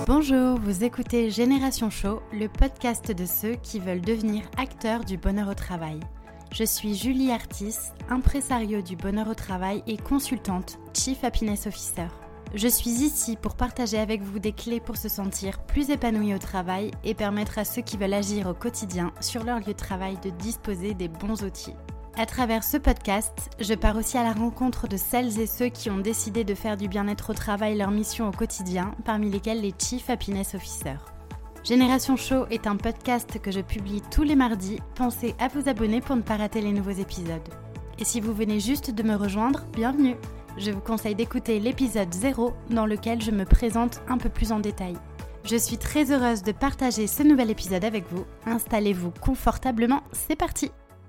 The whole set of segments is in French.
Bonjour, vous écoutez Génération Show, le podcast de ceux qui veulent devenir acteurs du bonheur au travail. Je suis Julie Artis, impresario du bonheur au travail et consultante Chief Happiness Officer. Je suis ici pour partager avec vous des clés pour se sentir plus épanoui au travail et permettre à ceux qui veulent agir au quotidien sur leur lieu de travail de disposer des bons outils. À travers ce podcast, je pars aussi à la rencontre de celles et ceux qui ont décidé de faire du bien-être au travail leur mission au quotidien, parmi lesquels les Chief Happiness Officers. Génération Show est un podcast que je publie tous les mardis. Pensez à vous abonner pour ne pas rater les nouveaux épisodes. Et si vous venez juste de me rejoindre, bienvenue. Je vous conseille d'écouter l'épisode 0 dans lequel je me présente un peu plus en détail. Je suis très heureuse de partager ce nouvel épisode avec vous. Installez-vous confortablement, c'est parti!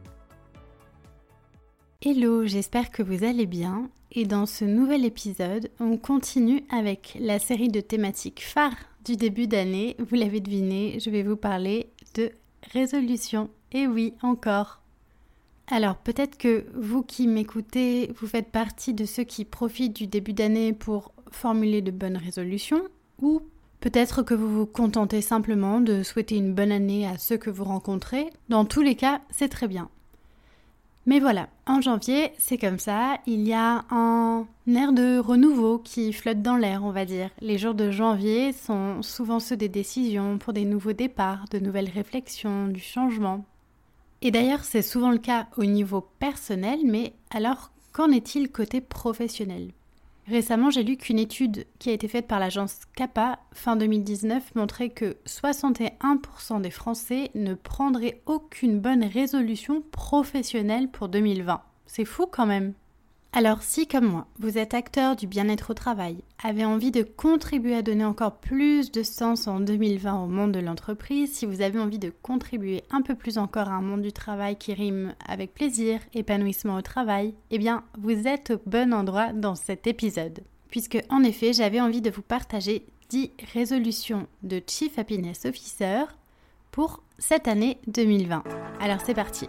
Hello, j'espère que vous allez bien et dans ce nouvel épisode, on continue avec la série de thématiques phares du début d'année. Vous l'avez deviné, je vais vous parler de résolution. Et oui, encore. Alors peut-être que vous qui m'écoutez, vous faites partie de ceux qui profitent du début d'année pour formuler de bonnes résolutions ou peut-être que vous vous contentez simplement de souhaiter une bonne année à ceux que vous rencontrez. Dans tous les cas, c'est très bien. Mais voilà, en janvier, c'est comme ça, il y a un air de renouveau qui flotte dans l'air, on va dire. Les jours de janvier sont souvent ceux des décisions pour des nouveaux départs, de nouvelles réflexions, du changement. Et d'ailleurs, c'est souvent le cas au niveau personnel, mais alors qu'en est-il côté professionnel ? Récemment, j'ai lu qu'une étude qui a été faite par l'agence CAPA fin 2019 montrait que 61% des Français ne prendraient aucune bonne résolution professionnelle pour 2020. C'est fou quand même. Alors si, comme moi, vous êtes acteur du bien-être au travail, avez envie de contribuer à donner encore plus de sens en 2020 au monde de l'entreprise, si vous avez envie de contribuer un peu plus encore à un monde du travail qui rime avec plaisir, épanouissement au travail, eh bien, vous êtes au bon endroit dans cet épisode. Puisque, en effet, j'avais envie de vous partager 10 résolutions de Chief Happiness Officer pour cette année 2020. Alors c'est parti.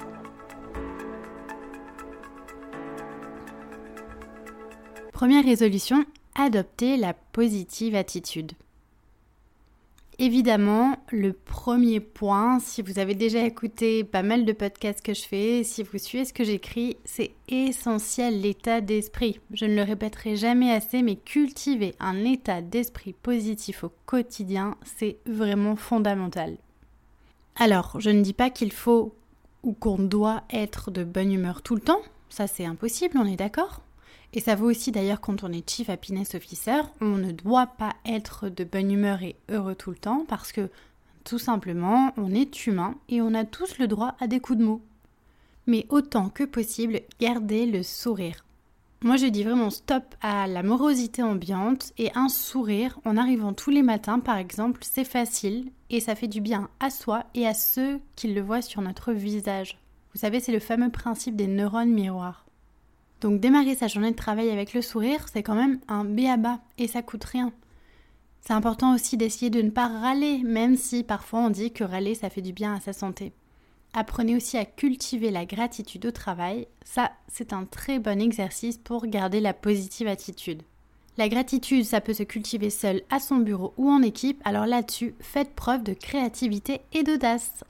Première résolution, adopter la positive attitude. Évidemment, le premier point, si vous avez déjà écouté pas mal de podcasts que je fais, si vous suivez ce que j'écris, c'est essentiel l'état d'esprit. Je ne le répéterai jamais assez, mais cultiver un état d'esprit positif au quotidien, c'est vraiment fondamental. Alors, je ne dis pas qu'il faut ou qu'on doit être de bonne humeur tout le temps, ça c'est impossible, on est d'accord ? Et ça vaut aussi d'ailleurs quand on est Chief Happiness Officer, on ne doit pas être de bonne humeur et heureux tout le temps parce que tout simplement on est humain et on a tous le droit à des coups de mou. Mais autant que possible, gardez le sourire. Moi je dis vraiment stop à la morosité ambiante et un sourire en arrivant tous les matins par exemple, c'est facile et ça fait du bien à soi et à ceux qui le voient sur notre visage. Vous savez, c'est le fameux principe des neurones miroirs. Donc démarrer sa journée de travail avec le sourire, c'est quand même un b.a.-ba et ça coûte rien. C'est important aussi d'essayer de ne pas râler, même si parfois on dit que râler ça fait du bien à sa santé. Apprenez aussi à cultiver la gratitude au travail, ça c'est un très bon exercice pour garder la positive attitude. La gratitude ça peut se cultiver seul à son bureau ou en équipe, alors là-dessus faites preuve de créativité et d'audace.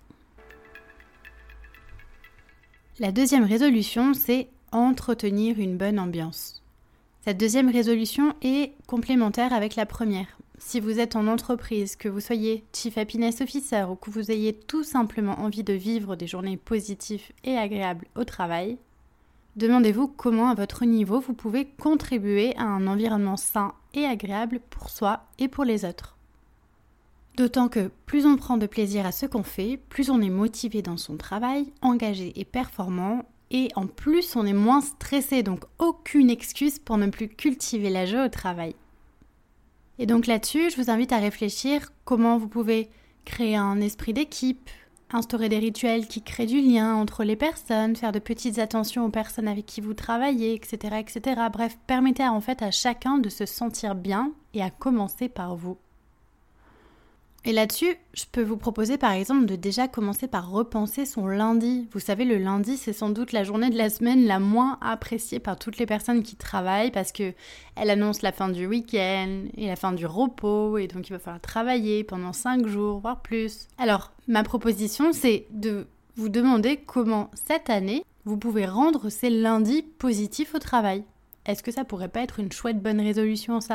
La deuxième résolution c'est entretenir une bonne ambiance. Cette deuxième résolution est complémentaire avec la première. Si vous êtes en entreprise, que vous soyez Chief Happiness Officer ou que vous ayez tout simplement envie de vivre des journées positives et agréables au travail, demandez-vous comment à votre niveau vous pouvez contribuer à un environnement sain et agréable pour soi et pour les autres. D'autant que plus on prend de plaisir à ce qu'on fait, plus on est motivé dans son travail, engagé et performant, et en plus on est moins stressé, donc aucune excuse pour ne plus cultiver la joie au travail. Et donc là-dessus, je vous invite à réfléchir comment vous pouvez créer un esprit d'équipe, instaurer des rituels qui créent du lien entre les personnes, faire de petites attentions aux personnes avec qui vous travaillez, etc. etc. Bref, permettez en fait à chacun de se sentir bien et à commencer par vous. Et là-dessus, je peux vous proposer par exemple de déjà commencer par repenser son lundi. Vous savez, le lundi, c'est sans doute la journée de la semaine la moins appréciée par toutes les personnes qui travaillent parce qu'elle annonce la fin du week-end et la fin du repos et donc il va falloir travailler pendant 5 jours, voire plus. Alors, ma proposition, c'est de vous demander comment cette année, vous pouvez rendre ces lundis positifs au travail. Est-ce que ça pourrait pas être une chouette bonne résolution, ça ?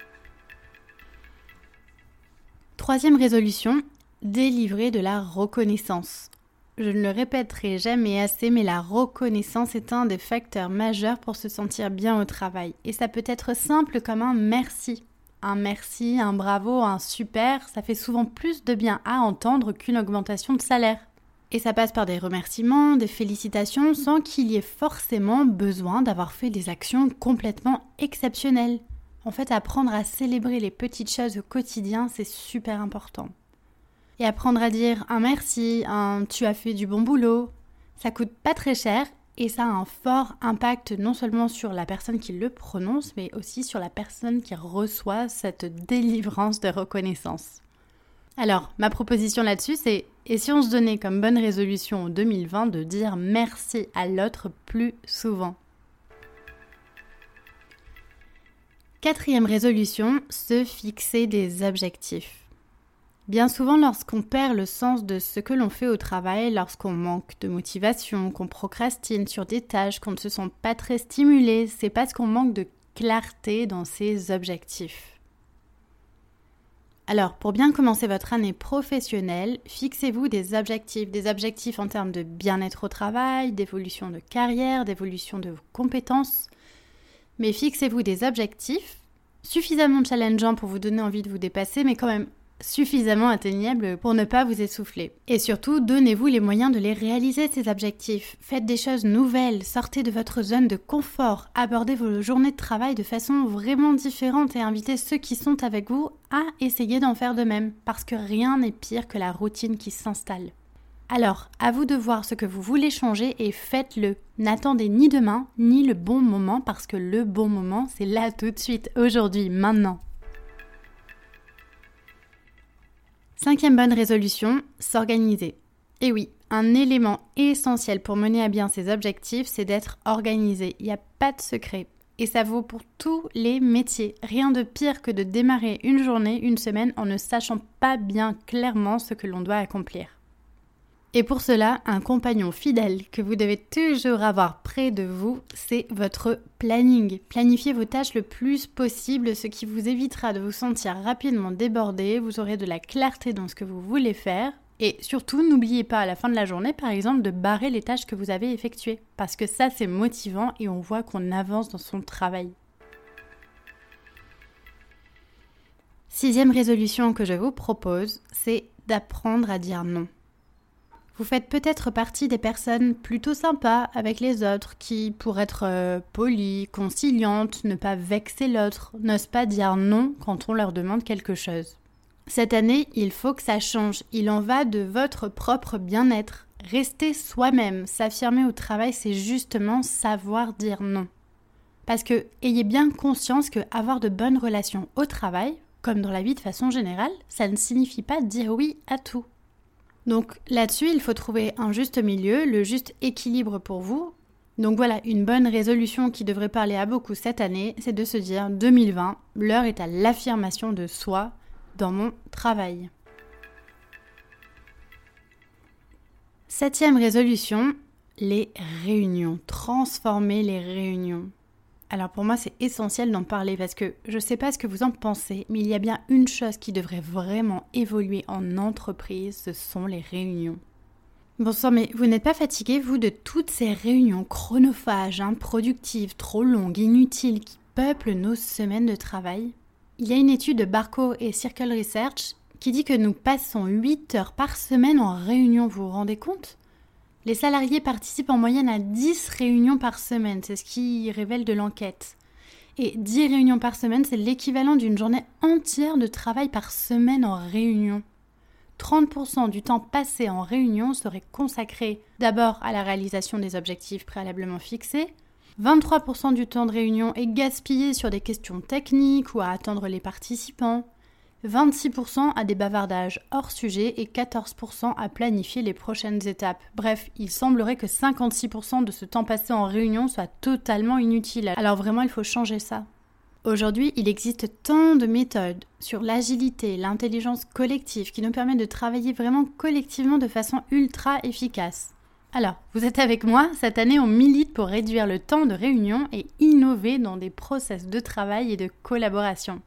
Troisième résolution, délivrer de la reconnaissance. Je ne le répéterai jamais assez, mais la reconnaissance est un des facteurs majeurs pour se sentir bien au travail. Et ça peut être simple comme un merci. Un merci, un bravo, un super, ça fait souvent plus de bien à entendre qu'une augmentation de salaire. Et ça passe par des remerciements, des félicitations, sans qu'il y ait forcément besoin d'avoir fait des actions complètement exceptionnelles. En fait, apprendre à célébrer les petites choses au quotidien, c'est super important. Et apprendre à dire un merci, un tu as fait du bon boulot, ça coûte pas très cher et ça a un fort impact non seulement sur la personne qui le prononce, mais aussi sur la personne qui reçoit cette délivrance de reconnaissance. Alors, ma proposition là-dessus, c'est et si on se donnait comme bonne résolution en 2020 de dire merci à l'autre plus souvent ? Quatrième résolution, se fixer des objectifs. Bien souvent, lorsqu'on perd le sens de ce que l'on fait au travail, lorsqu'on manque de motivation, qu'on procrastine sur des tâches, qu'on ne se sent pas très stimulé, c'est parce qu'on manque de clarté dans ses objectifs. Alors, pour bien commencer votre année professionnelle, fixez-vous des objectifs en termes de bien-être au travail, d'évolution de carrière, d'évolution de vos compétences. Mais fixez-vous des objectifs suffisamment challengeants pour vous donner envie de vous dépasser, mais quand même suffisamment atteignables pour ne pas vous essouffler. Et surtout, donnez-vous les moyens de les réaliser, ces objectifs. Faites des choses nouvelles, sortez de votre zone de confort, abordez vos journées de travail de façon vraiment différente et invitez ceux qui sont avec vous à essayer d'en faire de même, parce que rien n'est pire que la routine qui s'installe. Alors, à vous de voir ce que vous voulez changer et faites-le. N'attendez ni demain, ni le bon moment, parce que le bon moment, c'est là tout de suite, aujourd'hui, maintenant. Cinquième bonne résolution, s'organiser. Et oui, un élément essentiel pour mener à bien ses objectifs, c'est d'être organisé. Il n'y a pas de secret. Et ça vaut pour tous les métiers. Rien de pire que de démarrer une journée, une semaine, en ne sachant pas bien clairement ce que l'on doit accomplir. Et pour cela, un compagnon fidèle que vous devez toujours avoir près de vous, c'est votre planning. Planifiez vos tâches le plus possible, ce qui vous évitera de vous sentir rapidement débordé, vous aurez de la clarté dans ce que vous voulez faire. Et surtout, n'oubliez pas à la fin de la journée, par exemple, de barrer les tâches que vous avez effectuées. Parce que ça, c'est motivant et on voit qu'on avance dans son travail. Sixième résolution que je vous propose, c'est d'apprendre à dire non. Vous faites peut-être partie des personnes plutôt sympas avec les autres qui, pour être polies, conciliantes, ne pas vexer l'autre, n'osent pas dire non quand on leur demande quelque chose. Cette année, il faut que ça change. Il en va de votre propre bien-être. Rester soi-même, s'affirmer au travail, c'est justement savoir dire non. Parce que ayez bien conscience que avoir de bonnes relations au travail, comme dans la vie de façon générale, ça ne signifie pas dire oui à tout. Donc là-dessus, il faut trouver un juste milieu, le juste équilibre pour vous. Donc voilà, une bonne résolution qui devrait parler à beaucoup cette année, c'est de se dire 2020, l'heure est à l'affirmation de soi dans mon travail. Septième résolution, les réunions. Transformer les réunions. Alors pour moi, c'est essentiel d'en parler parce que je ne sais pas ce que vous en pensez, mais il y a bien une chose qui devrait vraiment évoluer en entreprise, ce sont les réunions. Bon sang, mais vous n'êtes pas fatigué, vous, de toutes ces réunions chronophages, improductives, trop longues, inutiles, qui peuplent nos semaines de travail ? Il y a une étude de Barco et Circle Research qui dit que nous passons 8 heures par semaine en réunion, vous vous rendez compte ? Les salariés participent en moyenne à 10 réunions par semaine, c'est ce qui révèle de l'enquête. Et 10 réunions par semaine, c'est l'équivalent d'une journée entière de travail par semaine en réunion. 30% du temps passé en réunion serait consacré d'abord à la réalisation des objectifs préalablement fixés, 23% du temps de réunion est gaspillé sur des questions techniques ou à attendre les participants, 26% à des bavardages hors sujet et 14% à planifier les prochaines étapes. Bref, il semblerait que 56% de ce temps passé en réunion soit totalement inutile. Alors vraiment, il faut changer ça. Aujourd'hui, il existe tant de méthodes sur l'agilité, l'intelligence collective qui nous permettent de travailler vraiment collectivement de façon ultra efficace. Alors, vous êtes avec moi, cette année on milite pour réduire le temps de réunion et innover dans des process de travail et de collaboration.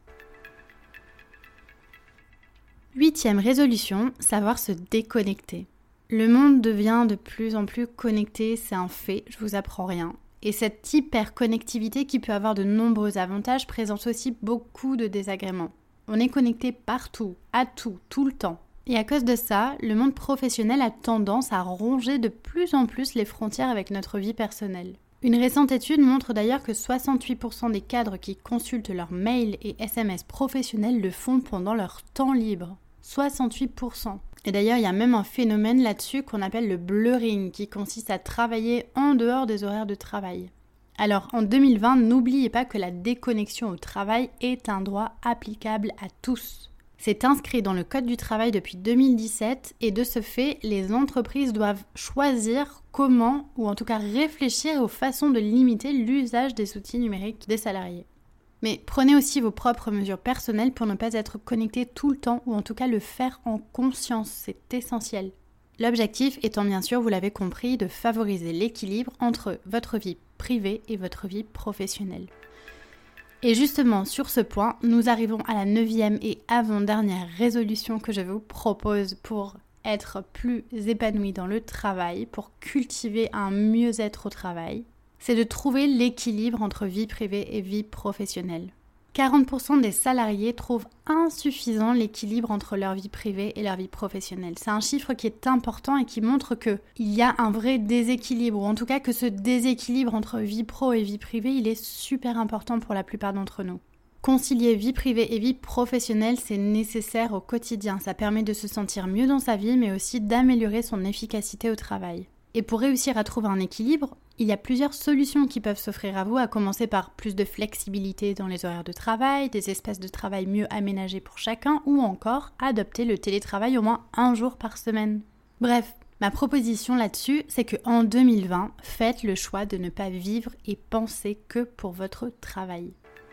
8e résolution, savoir se déconnecter. Le monde devient de plus en plus connecté, c'est un fait, je vous apprends rien. Et cette hyper-connectivité qui peut avoir de nombreux avantages présente aussi beaucoup de désagréments. On est connecté partout, à tout, tout le temps. Et à cause de ça, le monde professionnel a tendance à ronger de plus en plus les frontières avec notre vie personnelle. Une récente étude montre d'ailleurs que 68% des cadres qui consultent leurs mails et SMS professionnels le font pendant leur temps libre. 68%. Et d'ailleurs, il y a même un phénomène là-dessus qu'on appelle le blurring, qui consiste à travailler en dehors des horaires de travail. Alors, en 2020, n'oubliez pas que la déconnexion au travail est un droit applicable à tous. C'est inscrit dans le Code du travail depuis 2017 et de ce fait, les entreprises doivent choisir comment, ou en tout cas réfléchir aux façons de limiter l'usage des outils numériques des salariés. Mais prenez aussi vos propres mesures personnelles pour ne pas être connecté tout le temps ou en tout cas le faire en conscience, c'est essentiel. L'objectif étant bien sûr, vous l'avez compris, de favoriser l'équilibre entre votre vie privée et votre vie professionnelle. Et justement, sur ce point, nous arrivons à la 9e et avant-dernière résolution que je vous propose pour être plus épanoui dans le travail, pour cultiver un mieux-être au travail. C'est de trouver l'équilibre entre vie privée et vie professionnelle. 40% des salariés trouvent insuffisant l'équilibre entre leur vie privée et leur vie professionnelle. C'est un chiffre qui est important et qui montre qu'il y a un vrai déséquilibre, ou en tout cas que ce déséquilibre entre vie pro et vie privée, il est super important pour la plupart d'entre nous. Concilier vie privée et vie professionnelle, c'est nécessaire au quotidien. Ça permet de se sentir mieux dans sa vie, mais aussi d'améliorer son efficacité au travail. Et pour réussir à trouver un équilibre, il y a plusieurs solutions qui peuvent s'offrir à vous, à commencer par plus de flexibilité dans les horaires de travail, des espaces de travail mieux aménagés pour chacun, ou encore adopter le télétravail au moins 1 jour par semaine. Bref, ma proposition là-dessus, c'est qu'en 2020, faites le choix de ne pas vivre et penser que pour votre travail.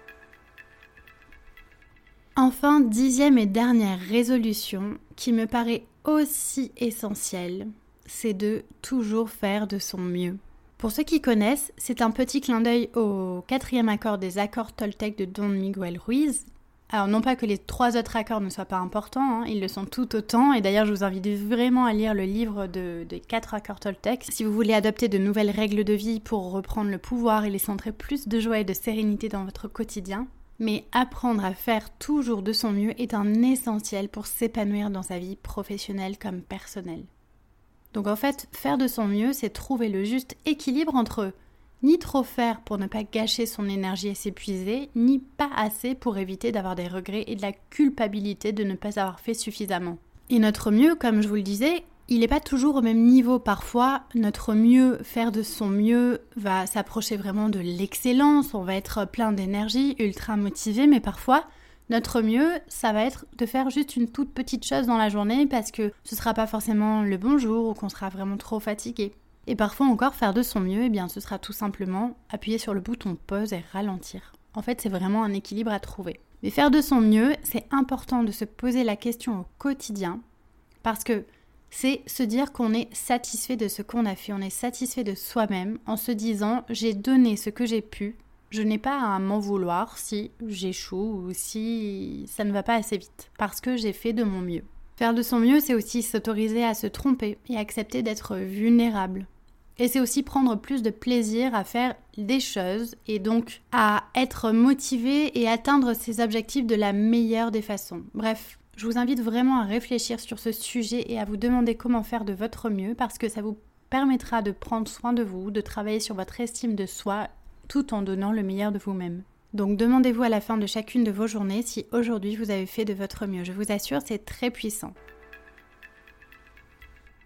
Enfin, 10e et dernière résolution, qui me paraît aussi essentielle, c'est de toujours faire de son mieux. Pour ceux qui connaissent, c'est un petit clin d'œil au 4e accord des accords Toltec de Don Miguel Ruiz. Alors non pas que les 3 autres accords ne soient pas importants, ils le sont tout autant, et d'ailleurs je vous invite vraiment à lire le livre des 4 accords Toltec si vous voulez adopter de nouvelles règles de vie pour reprendre le pouvoir et les centrer plus de joie et de sérénité dans votre quotidien. Mais apprendre à faire toujours de son mieux est un essentiel pour s'épanouir dans sa vie professionnelle comme personnelle. Donc en fait, faire de son mieux, c'est trouver le juste équilibre entre ni trop faire pour ne pas gâcher son énergie et s'épuiser, ni pas assez pour éviter d'avoir des regrets et de la culpabilité de ne pas avoir fait suffisamment. Et notre mieux, comme je vous le disais, il n'est pas toujours au même niveau. Parfois, notre mieux, faire de son mieux, va s'approcher vraiment de l'excellence, on va être plein d'énergie, ultra motivé, mais parfois, notre mieux, ça va être de faire juste une toute petite chose dans la journée parce que ce sera pas forcément le bon jour ou qu'on sera vraiment trop fatigué. Et parfois encore, faire de son mieux, eh bien, ce sera tout simplement appuyer sur le bouton pause et ralentir. En fait, c'est vraiment un équilibre à trouver. Mais faire de son mieux, c'est important de se poser la question au quotidien parce que c'est se dire qu'on est satisfait de ce qu'on a fait, on est satisfait de soi-même en se disant « j'ai donné ce que j'ai pu ». Je n'ai pas à m'en vouloir si j'échoue ou si ça ne va pas assez vite, parce que j'ai fait de mon mieux. Faire de son mieux, c'est aussi s'autoriser à se tromper et accepter d'être vulnérable. Et c'est aussi prendre plus de plaisir à faire des choses et donc à être motivé et atteindre ses objectifs de la meilleure des façons. Bref, je vous invite vraiment à réfléchir sur ce sujet et à vous demander comment faire de votre mieux parce que ça vous permettra de prendre soin de vous, de travailler sur votre estime de soi tout en donnant le meilleur de vous-même. Donc demandez-vous à la fin de chacune de vos journées si aujourd'hui vous avez fait de votre mieux. Je vous assure, c'est très puissant.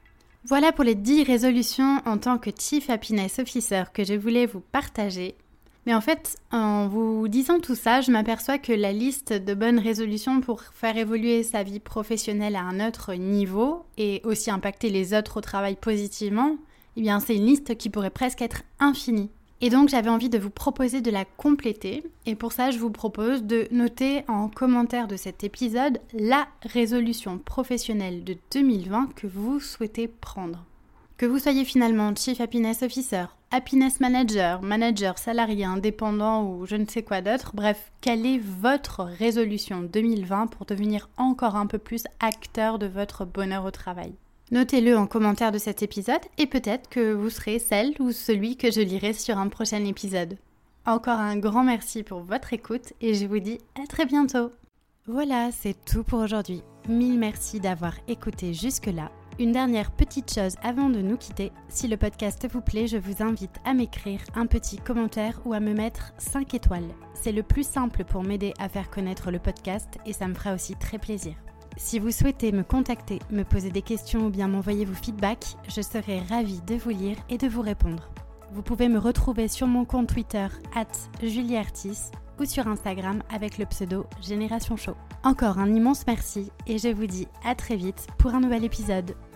Voilà pour les 10 résolutions en tant que Chief Happiness Officer que je voulais vous partager. Mais en fait, en vous disant tout ça, je m'aperçois que la liste de bonnes résolutions pour faire évoluer sa vie professionnelle à un autre niveau et aussi impacter les autres au travail positivement, eh bien c'est une liste qui pourrait presque être infinie. Et donc j'avais envie de vous proposer de la compléter et pour ça je vous propose de noter en commentaire de cet épisode la résolution professionnelle de 2020 que vous souhaitez prendre. Que vous soyez finalement Chief Happiness Officer, Happiness Manager, manager salarié indépendant ou je ne sais quoi d'autre, bref, quelle est votre résolution 2020 pour devenir encore un peu plus acteur de votre bonheur au travail ? Notez-le en commentaire de cet épisode et peut-être que vous serez celle ou celui que je lirai sur un prochain épisode. Encore un grand merci pour votre écoute et je vous dis à très bientôt. Voilà, c'est tout pour aujourd'hui. Mille merci d'avoir écouté jusque-là. Une dernière petite chose avant de nous quitter, si le podcast vous plaît, je vous invite à m'écrire un petit commentaire ou à me mettre 5 étoiles. C'est le plus simple pour m'aider à faire connaître le podcast et ça me fera aussi très plaisir. Si vous souhaitez me contacter, me poser des questions ou bien m'envoyer vos feedbacks, je serai ravie de vous lire et de vous répondre. Vous pouvez me retrouver sur mon compte Twitter @julieartis ou sur Instagram avec le pseudo Génération Show. Encore un immense merci et je vous dis à très vite pour un nouvel épisode.